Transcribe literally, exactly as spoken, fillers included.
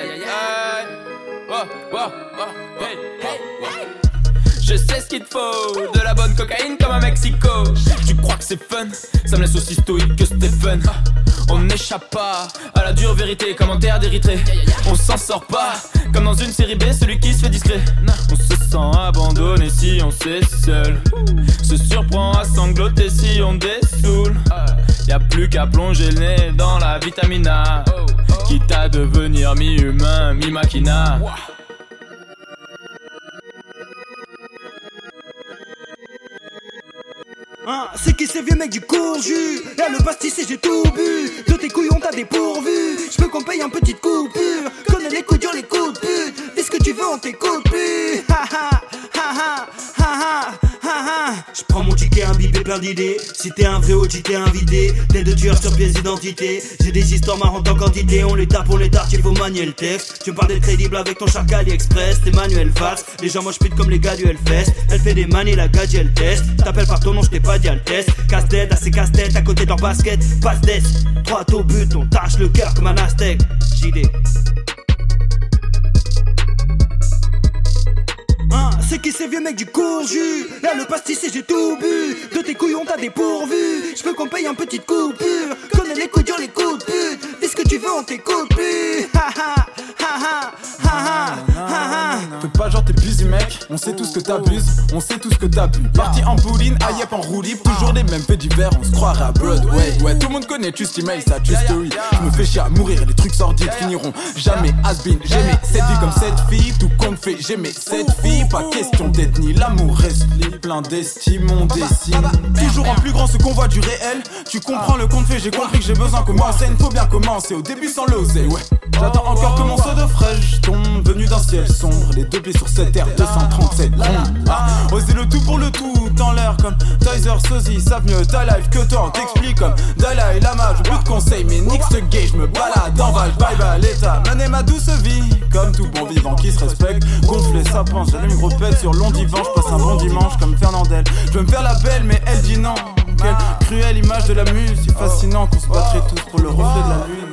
Oh, oh, oh, hey, hey, hey. Je sais ce qu'il te faut, de la bonne cocaïne comme à Mexico. Tu crois que c'est fun, ça me laisse aussi stoïque que Stephen. On n'échappe pas à la dure vérité, commentaire d'Érythrée. On s'en sort pas, comme dans une série B, celui qui se fait discret. On se sent abandonné si on s'est seul, se surprend à sangloter si on dessoule. Y'a plus qu'à plonger le nez dans la vitamine A, quitte à devenir mi-humain, mi-machina. Hein, c'est qui ces vieux mecs du courju? Là le pastis et j'ai tout bu. De tes couilles on t'a dépourvu. J'veux qu'on paye en petite coupure. Connais les coups durs, les coups de pute. Dis ce que tu veux, on t'écoute plus. Ha ha ha ha ha ha ha ha. J'prends mon ticket imbibé plein d'idées. Si t'es un vrai O G t'es invité. Les deux tueurs sur pièce d'identité. J'ai des histoires marrantes en quantité. On les tape, on les tarte, il faut manier le texte. Tu me parles d'être crédible avec ton char AliExpress. T'es Manuel Valls, les gens moches pute comme les gars du Hellfest. Elle fait des manies, la gadget, elle teste. T'appelles par ton nom, j't'ai pas dit à le test. Casse-tête, assez casse-tête, à côté de leur basket. Passe d'ess, droit au but, on tâche le cœur comme un aztèque. J D. Hein, c'est qui ces vieux mecs du courju? Là le pastis et j'ai tout bu. De tes couilles on t'a dépourvu. J'veux qu'on paye en petite coupure. Connais les coups durs, les coups de pute. Dis ce que tu veux, on t'écoute plus. Ha ha ha ha ha ha ha. Fais pas genre t'es busy mec, on sait tout ce que t'abuses, on sait tout ce que t'as bu. Parti en bouline, Ayep en roue libre, toujours les mêmes faits divers, on se croirait à Broadway. Ouais, tout le monde connaît True Email, ça True Story. Je me fais chier à mourir et les trucs sordides finiront jamais has-been. J'aimais cette vie comme cette fille, tout compte fait, j'aimais cette fille. Pas question d'ethnie, l'amour reste libre, plein d'estime, on dessine. Toujours en plus grand ce qu'on voit du réel. Tu comprends le compte fait, j'ai compris que j'ai besoin qu'on m'enseigne. Faut bien commencer au début sans l'oser, ouais. J'attends encore que mon seau de fraîche tombe, venu d'un ciel sombre. Les deux pieds sur cette terre, deux cent trente-sept rondes. Ah, osez le tout pour le tout, en l'air comme Tizer, Sosie, savent mieux ta life que toi. On t'explique comme Dalai Lama, je veux plus de conseils, mais nique ce gay, je me balade en val, bye bye l'état. Mener ma douce vie, comme tout bon vivant qui se respecte. Gonfler sa panse, j'allume une gros pète sur long divan, je passe un bon dimanche comme Fernandel. Je veux me faire la belle, mais elle dit non. Quelle cruelle image de la muse, si fascinant qu'on se battrait tous pour le reflet de la lune.